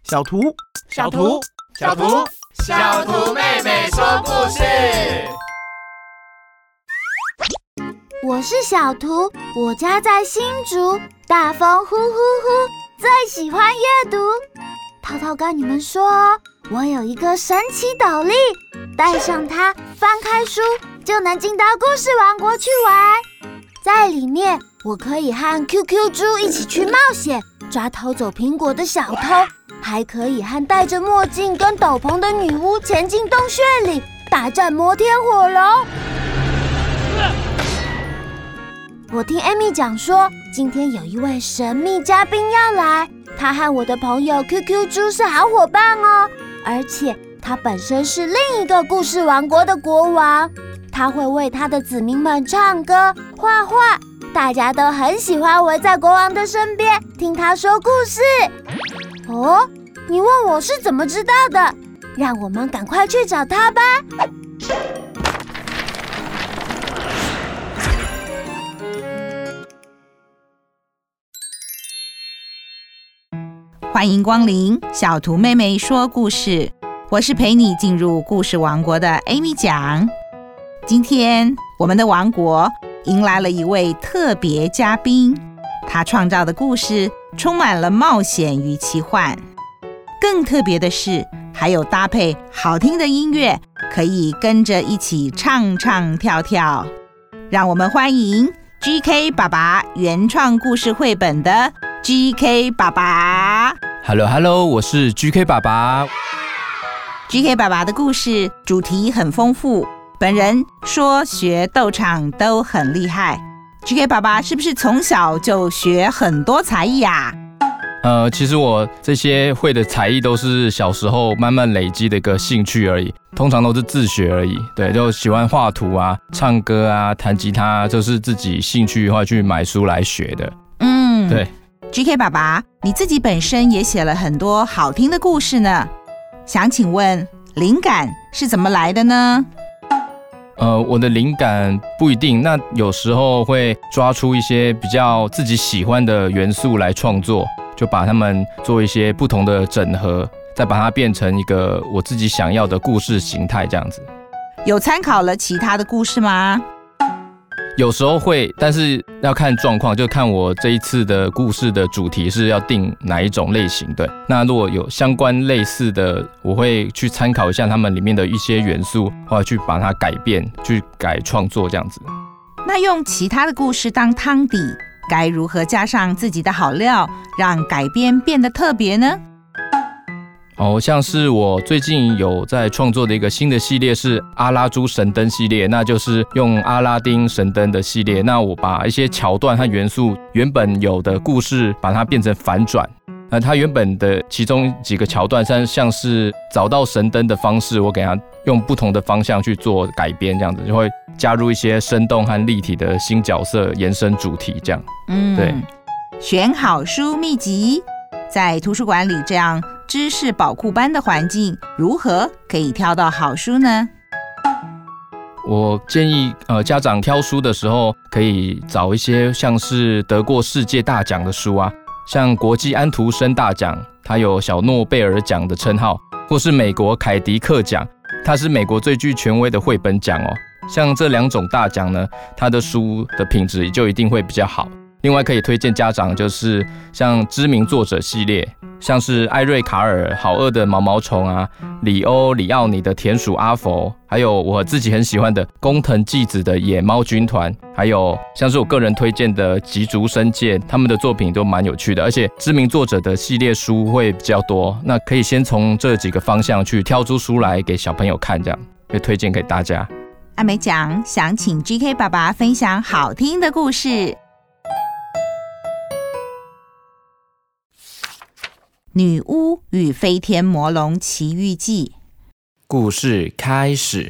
小图妹妹说故事。 我是小图，我家在新竹，大风呼呼呼，最喜欢阅读。涛涛跟你们说哦，我有一个神奇斗笠，戴上它，翻开书就能进到故事王国去玩。在里面，我可以和 QQ 猪一起去冒险，抓偷走苹果的小偷，还可以和戴着墨镜跟斗篷的女巫潜进洞穴里，大战摩天火龙。我听 Amy 讲说，今天有一位神秘嘉宾要来，他和我的朋友 QQ 猪是好伙伴哦，而且他本身是另一个故事王国的国王，他会为他的子民们唱歌、画画，大家都很喜欢围在国王的身边听他说故事。哦，你问我是怎么知道的？让我们赶快去找他吧。 欢迎光临小图妹妹说故事，我是陪你进入故事王国的 Amy 讲。今天我们的王国迎来了一位特别嘉宾，他创造的故事充满了冒险与奇幻，更特别的是还有搭配好听的音乐，可以跟着一起唱唱跳跳。让我们欢迎 GK 爸爸原创故事绘本的 GK 爸爸。 Hello， 我是 GK 爸爸。 GK 爸爸的故事主题很丰富，本人说学逗唱都很厉害。GK 爸爸是不是从小就学很多才艺啊？ 其实我这些会的才艺都是小时候慢慢累积的一个兴趣而已，通常都是自学而已。对，就喜欢画图啊、唱歌啊、弹吉他啊，就是自己兴趣的话去买书来学的。对。 GK 爸爸，你自己本身也写了很多好听的故事呢，想请问灵感是怎么来的呢？ 我的灵感不一定，那有时候会抓出一些比较自己喜欢的元素来创作，就把它们做一些不同的整合，再把它变成一个我自己想要的故事形态这样子。 有参考了其他的故事吗？ 有时候会，但是要看状况，就看我这一次的故事的主题是要定哪一种类型。对，那如果有相关类似的，我会去参考一下他们里面的一些元素，或者去把它改变，去改创作这样子。 那用其他的故事当汤底，该如何加上自己的好料，让改编变得特别呢？ 像是我最近有在创作的一个新的系列是阿拉猪神灯系列，那就是用阿拉丁神灯的系列。那我把一些桥段和元素原本有的故事，把它变成反转。它原本的其中几个桥段，像是找到神灯的方式，我给它用不同的方向去做改编，这样子就会加入一些生动和立体的新角色，延伸主题这样。对。 选好书秘籍，在图书馆里这样知识宝库般的环境，如何可以挑到好书呢？ 我建议家长挑书的时候，可以找一些像是得过世界大奖的书啊，像国际安徒生大奖，它有小诺贝尔奖的称号，或是美国凯迪克奖，它是美国最具权威的绘本奖哦。像这两种大奖呢，它的书的品质就一定会比较好。另外可以推荐家长就是像知名作者系列，像是艾瑞卡尔好饿的毛毛虫啊，里奥尼的田鼠阿佛，还有我自己很喜欢的工藤纪子的野猫军团，还有像是我个人推荐的吉竹伸介，他们的作品都蛮有趣的，而且知名作者的系列书会比较多，那可以先从这几个方向去挑出书来给小朋友看，这样可以推荐给大家。 阿美讲想请 GK 爸爸分享好听的故事。女巫与飞天魔龙奇遇记。 故事开始。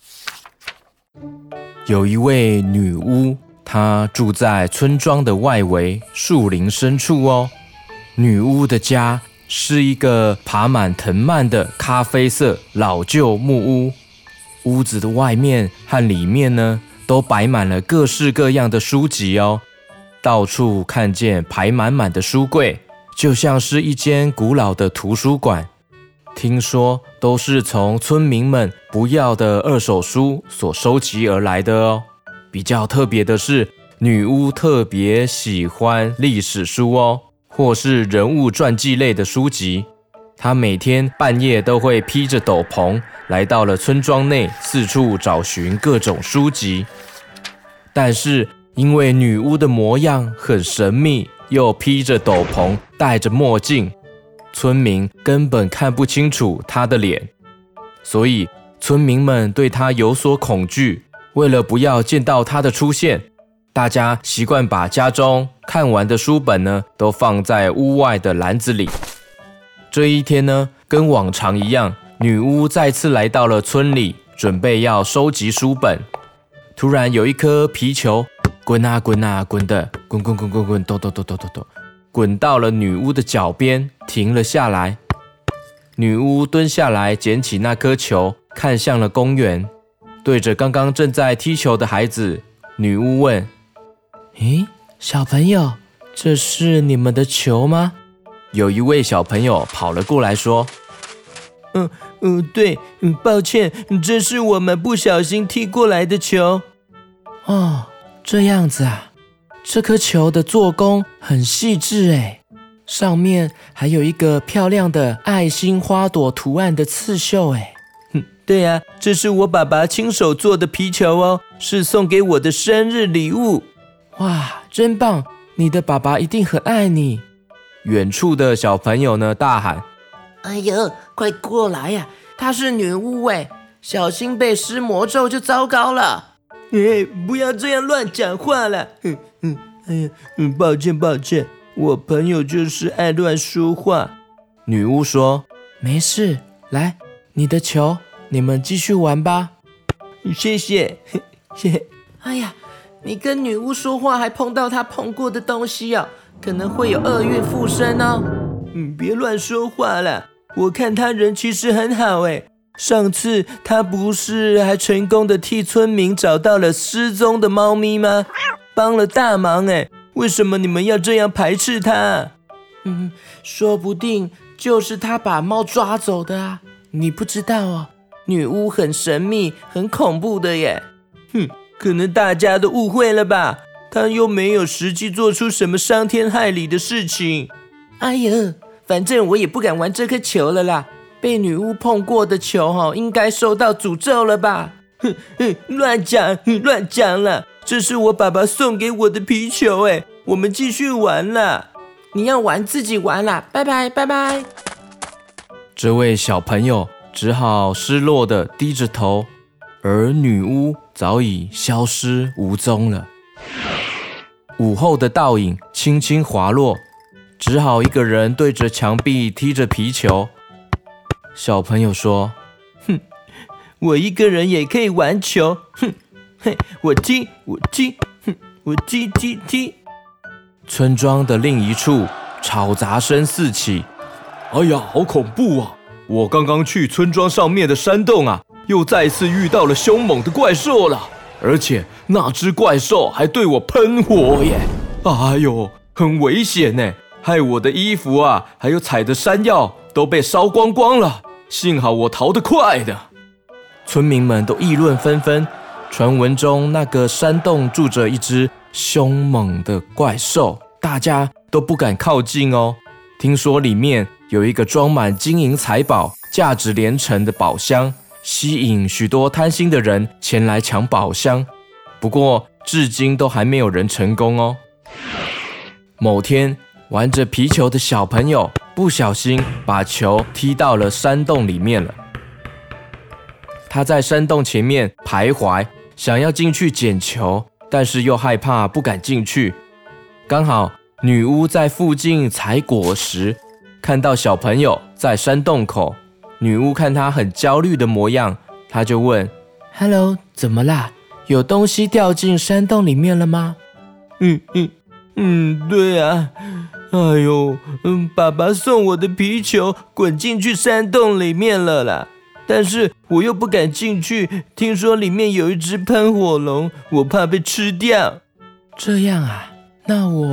有一位女巫，她住在村庄的外围树林深处哦。女巫的家是一个爬满藤蔓的咖啡色老旧木屋，屋子的外面和里面呢，都摆满了各式各样的书籍哦。到处看见排满满的书柜， 就像是一间古老的图书馆。听说都是从村民们不要的二手书所收集而来的哦。比较特别的是，女巫特别喜欢历史书哦，或是人物传记类的书籍。她每天半夜都会披着斗篷，来到了村庄内，四处找寻各种书籍。但是因为女巫的模样很神秘，又披着斗篷，戴着墨镜，村民根本看不清楚她的脸，所以村民们对她有所恐惧。为了不要见到她的出现，大家习惯把家中看完的书本呢，都放在屋外的篮子里。这一天呢，跟往常一样，女巫再次来到了村里，准备要收集书本。突然有一颗皮球滚啊滚啊滚的，滚滚滚滚滚，抖抖抖抖抖抖，滚到了女巫的脚边，停了下来。女巫蹲下来捡起那颗球，看向了公园，对着刚刚正在踢球的孩子，女巫问：咦，小朋友，这是你们的球吗？有一位小朋友跑了过来说：对，抱歉，这是我们不小心踢过来的球。哦，这样子啊，这颗球的做工很细致诶，上面还有一个漂亮的爱心花朵图案的刺绣诶。对啊，这是我爸爸亲手做的皮球哦，是送给我的生日礼物。哇，真棒，你的爸爸一定很爱你。远处的小朋友呢大喊： 哎呦，快过来呀！她是女巫哎，小心被施魔咒就糟糕了。不要这样乱讲话了。抱歉，我朋友就是爱乱说话。 女巫说：没事，来，你的球，你们继续玩吧。 谢谢。哎呀，你跟女巫说话还碰到她碰过的东西哦，可能会有厄运附身哦。别乱说话啦，我看她人其实很好诶。上次她不是还成功的替村民找到了失踪的猫咪吗？帮了大忙诶，为什么你们要这样排斥她？说不定就是她把猫抓走的啊，你不知道哦。女巫很神秘，很恐怖的耶。可能大家都误会了吧，她又没有实际做出什么伤天害理的事情。哎呀，反正我也不敢玩这颗球了啦，被女巫碰过的球应该受到诅咒了吧。乱讲了，这是我爸爸送给我的皮球诶，我们继续玩啦。你要玩自己玩啦，拜拜。 这位小朋友只好失落地低着头，而女巫早已消失无踪了。午后的倒影轻轻滑落，只好一个人对着墙壁踢着皮球。小朋友说： 我一个人也可以玩球，我踢。 村庄的另一处吵杂声四起。 哎呀，好恐怖啊！我刚刚去村庄上面的山洞啊，又再次遇到了凶猛的怪兽了，而且那只怪兽还对我喷火耶！哎呦，很危险呢，害我的衣服啊，还有采的山药都被烧光光了，幸好我逃得快的。 村民们都议论纷纷，传闻中那个山洞住着一只凶猛的怪兽，大家都不敢靠近哦。听说里面有一个装满金银财宝、价值连城的宝箱，吸引许多贪心的人前来抢宝箱。不过至今都还没有人成功哦。某天，玩着皮球的小朋友不小心把球踢到了山洞里面了。他在山洞前面徘徊，想要进去捡球，但是又害怕不敢进去。刚好女巫在附近采果实，看到小朋友在山洞口，女巫看他很焦虑的模样，她就问 ：“Hello， 怎么啦？有东西掉进山洞里面了吗？” 对啊。哎呦，爸爸送我的皮球滚进去山洞里面了啦，但是我又不敢进去，听说里面有一只喷火龙，我怕被吃掉。 这样啊，那我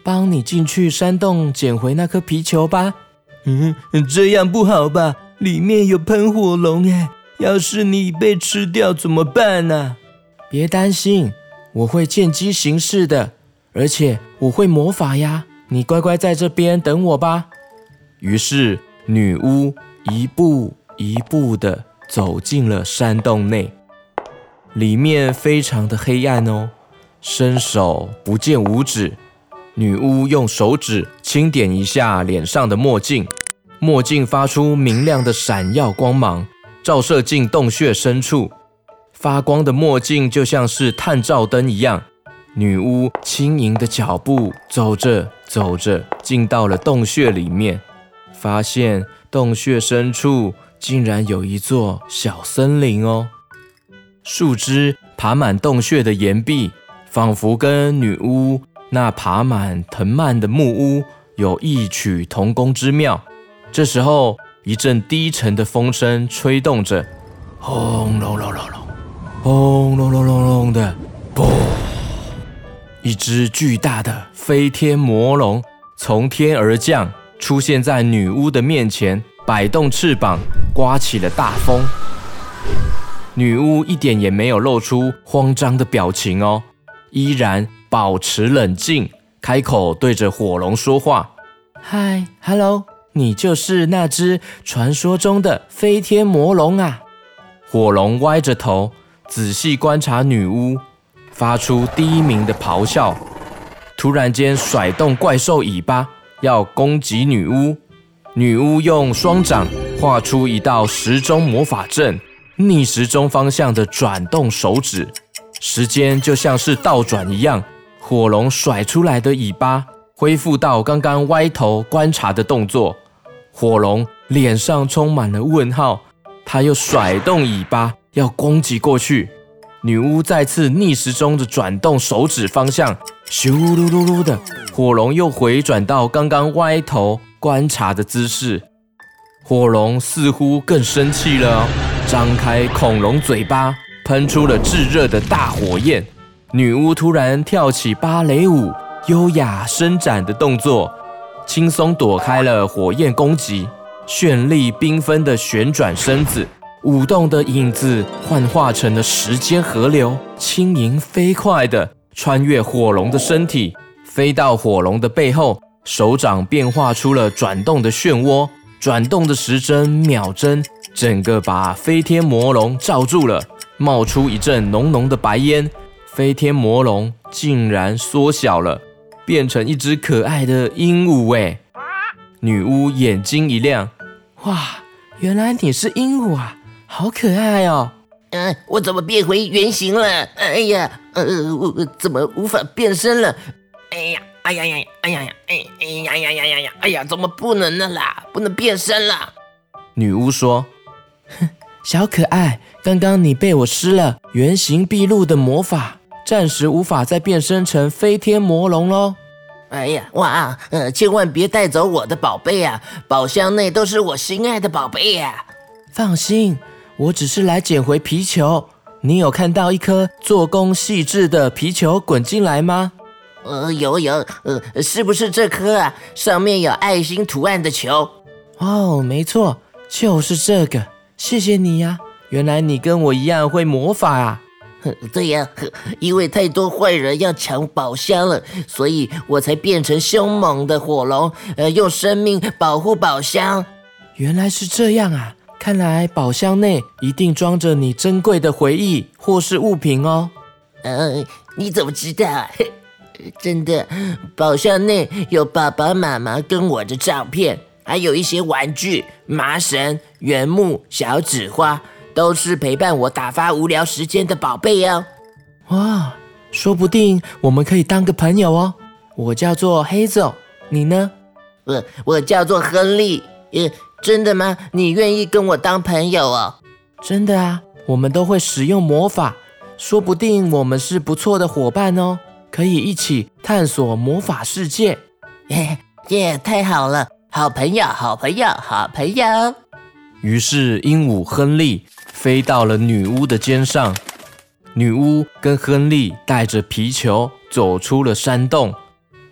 帮你进去山洞捡回那颗皮球吧。这样不好吧？里面有喷火龙耶，要是你被吃掉怎么办啊？别担心，我会见机行事的，而且我会魔法呀。你乖乖在这边等我吧。于是女巫一步一步地走进了山洞内，里面非常的黑暗哦，伸手不见五指。女巫用手指轻点一下脸上的墨镜，墨镜发出明亮的闪耀光芒，照射进洞穴深处。发光的墨镜就像是探照灯一样。女巫轻盈的脚步走着走着，进到了洞穴里面，发现洞穴深处竟然有一座小森林哦。树枝爬满洞穴的岩壁，仿佛跟女巫那爬满藤蔓的木屋有异曲同工之妙。这时候，一阵低沉的风声吹动着，轰隆隆隆隆，轰隆隆隆隆的，嘣！一只巨大的飞天魔龙从天而降，出现在女巫的面前，摆动翅膀，刮起了大风。女巫一点也没有露出慌张的表情哦，依然保持冷静，开口对着火龙说话：“嗨 ，Hello， 你就是那只传说中的飞天魔龙啊！”火龙歪着头，仔细观察女巫，发出低鸣的咆哮，突然间甩动怪兽尾巴，要攻击女巫。女巫用双掌画出一道时钟魔法阵，逆时钟方向的转动手指，时间就像是倒转一样。火龙甩出来的尾巴恢复到刚刚歪头观察的动作。火龙脸上充满了问号，他又甩动尾巴要攻击过去。女巫再次逆时钟的转动手指方向，咻噜噜噜的，火龙又回转到刚刚歪头观察的姿势。火龙似乎更生气了哦，张开恐龙嘴巴，喷出了炙热的大火焰。女巫突然跳起芭蕾舞，优雅伸展的动作，轻松躲开了火焰攻击，绚丽缤纷的旋转身子，舞动的影子幻化成了时间河流，轻盈飞快的穿越火龙的身体，飞到火龙的背后，手掌变化出了转动的漩涡，转动的时针、秒针，整个把飞天魔龙罩住了，冒出一阵浓浓的白烟。飞天魔龙竟然缩小了，变成一只可爱的鹦鹉耶！女巫眼睛一亮，哇，原来你是鹦鹉啊，好可爱哦！ 我怎么变回原形了？哎呀，我怎么无法变身了？哎呀，哎呀呀，哎呀呀，哎呀呀呀呀呀，哎呀，怎么不能了啦？不能变身了！ 女巫说：“哼，小可爱，刚刚你被我施了原形毕露的魔法，暂时无法再变身成飞天魔龙咯。” 哎呀，哇，千万别带走我的宝贝啊！宝箱内都是我心爱的宝贝呀！ 放心，我只是来捡回皮球。你有看到一颗做工细致的皮球滚进来吗？ 有，是不是这颗啊？上面有爱心图案的球。 哦，没错，就是这个。谢谢你呀，原来你跟我一样会魔法啊。 对呀，因为太多坏人要抢宝箱了，所以我才变成凶猛的火龙，用生命保护宝箱。 原来是这样啊，看来宝箱内一定装着你珍贵的回忆或是物品哦。 你怎么知道啊？真的，宝箱内有爸爸妈妈跟我的照片，还有一些玩具、麻绳、原木、小纸花，都是陪伴我打发无聊时间的宝贝哦。 哇，说不定我们可以当个朋友哦。我叫做Hazel，你呢？ 我叫做亨利。真的吗？你愿意跟我当朋友哦？ 真的啊，我们都会使用魔法，说不定我们是不错的伙伴哦，可以一起探索魔法世界。 太好了，好朋友，好朋友，好朋友。 于是鹦鹉亨利飞到了女巫的肩上，女巫跟亨利带着皮球走出了山洞，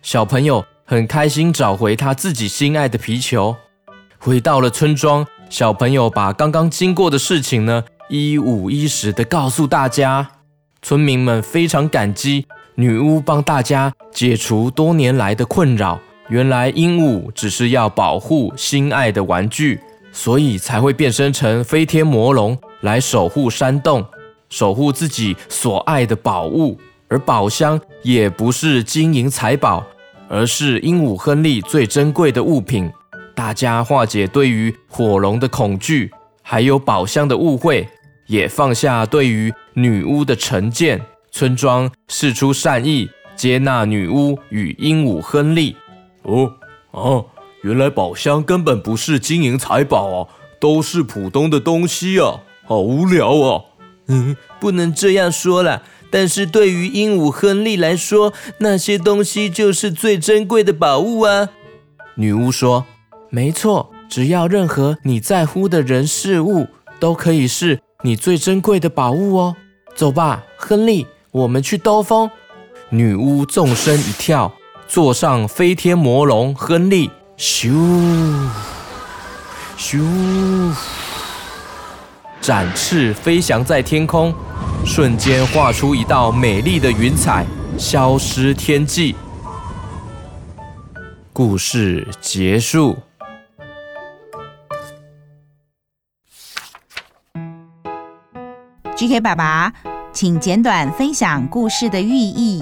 小朋友很开心找回他自己心爱的皮球。回到了村庄，小朋友把刚刚经过的事情呢，一五一十的告诉大家。村民们非常感激女巫帮大家解除多年来的困扰。原来鹦鹉只是要保护心爱的玩具，所以才会变身成飞天魔龙来守护山洞，守护自己所爱的宝物。而宝箱也不是金银财宝，而是鹦鹉亨利最珍贵的物品。大家化解对于火龙的恐惧，还有宝箱的误会，也放下对于女巫的成见。村庄释出善意，接纳女巫与鹦鹉亨利。 原来宝箱根本不是金银财宝啊，都是普通的东西啊，好无聊啊。 不能这样说啦。但是对于鹦鹉亨利来说，那些东西就是最珍贵的宝物啊。 女巫说，没错，只要任何你在乎的人事物，都可以是你最珍贵的宝物哦。走吧，亨利，我们去兜风。女巫纵身一跳，坐上飞天魔龙亨利，咻咻，展翅飞翔在天空，瞬间画出一道美丽的云彩，消失天际。故事结束。 GK 爸爸，请简短分享故事的寓意。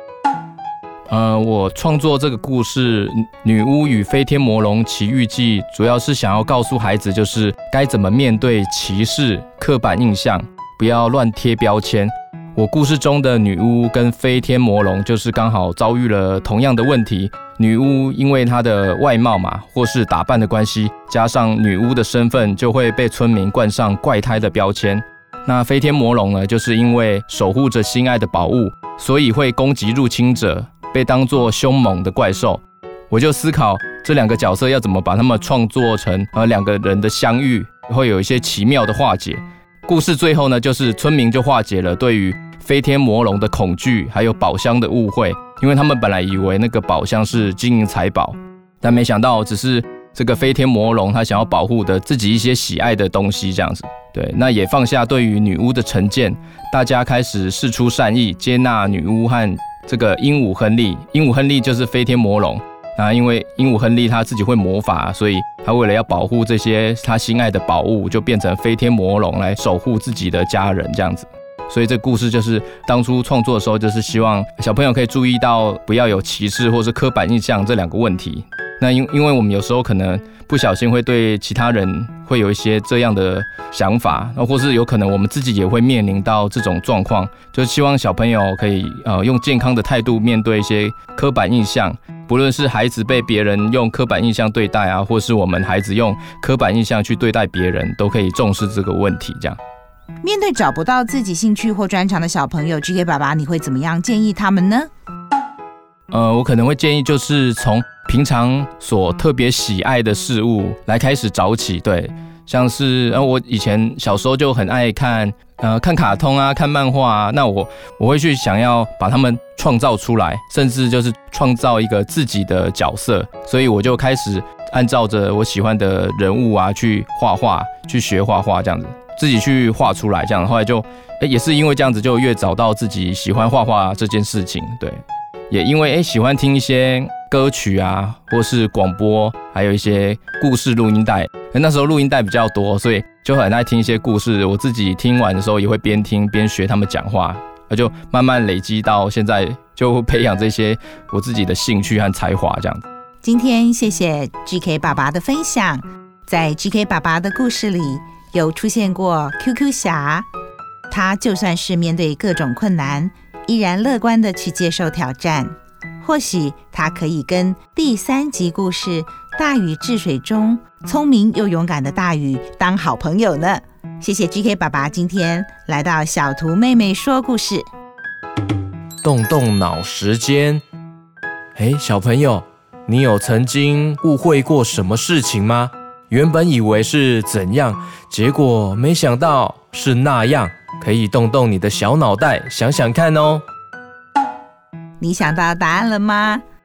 我创作这个故事《女巫与飞天魔龙奇遇记》，主要是想要告诉孩子，就是该怎么面对歧视、刻板印象，不要乱贴标签。我故事中的女巫跟飞天魔龙，就是刚好遭遇了同样的问题。女巫因为她的外貌嘛，或是打扮的关系，加上女巫的身份，就会被村民冠上怪胎的标签。那飞天魔龙呢，就是因为守护着心爱的宝物，所以会攻击入侵者，被当作凶猛的怪兽。我就思考这两个角色要怎么把他们创作成两个人的相遇，会有一些奇妙的化解。故事最后呢，就是村民就化解了对于飞天魔龙的恐惧，还有宝箱的误会，因为他们本来以为那个宝箱是金银财宝，但没想到只是这个飞天魔龙他想要保护的自己一些喜爱的东西这样子。对，那也放下对于女巫的成见，大家开始释出善意，接纳女巫和这个鹦鹉亨利。鹦鹉亨利就是飞天魔龙，那因为鹦鹉亨利他自己会魔法，所以他为了要保护这些他心爱的宝物，就变成飞天魔龙来守护自己的家人这样子。所以这故事就是当初创作的时候，就是希望小朋友可以注意到不要有歧视或是刻板印象这两个问题。那因为我们有时候可能不小心会对其他人会有一些这样的想法，或是有可能我们自己也会面临到这种状况，就希望小朋友可以用健康的态度面对一些刻板印象，不论是孩子被别人用刻板印象对待啊，或是我们孩子用刻板印象去对待别人，都可以重视这个问题这样。 面对找不到自己兴趣或专长的小朋友 ，GK 爸爸你会怎么样建议他们呢？ 我可能会建议就是从平常所特别喜爱的事物来开始找起，对，像是我以前小时候就很爱看卡通啊，看漫画啊，那我会去想要把他们创造出来，甚至就是创造一个自己的角色，所以我就开始按照着我喜欢的人物啊去画画，去学画画这样子。自己去画出来，这样后来就也是因为这样子，就越找到自己喜欢画画这件事情。对，也因为喜欢听一些歌曲啊，或是广播，还有一些故事录音带。那时候录音带比较多，所以就很爱听一些故事。我自己听完的时候，也会边听边学他们讲话，就慢慢累积到现在，就培养这些我自己的兴趣和才华这样子。 今天谢谢 GK 爸爸的分享，在 GK 爸爸的故事里。有出现过 QQ 侠，他就算是面对各种困难，依然乐观的去接受挑战。或许他可以跟第3集故事《大禹治水》中聪明又勇敢的大禹当好朋友呢。谢谢 GK 爸爸今天来到小图妹妹说故事。 动动脑时间。小朋友，你有曾经误会过什么事情吗？原本以为是怎样，结果没想到是那样，可以动动你的小脑袋想想看哦。 你想到答案了吗？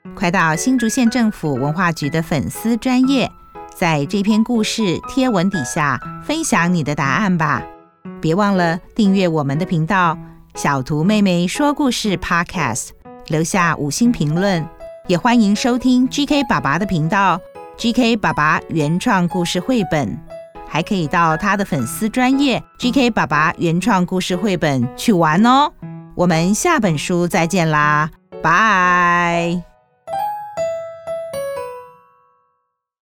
快到新竹县政府文化局的粉丝专页，在这篇故事贴文底下分享你的答案吧。别忘了订阅我们的频道小图妹妹说故事 Podcast， 留下5星评论，也欢迎收听 GK 爸爸的频道 GK 爸爸原创故事绘本，还可以到他的粉丝专页 GK 爸爸原创故事绘本去玩哦。我们下本书再见啦，拜。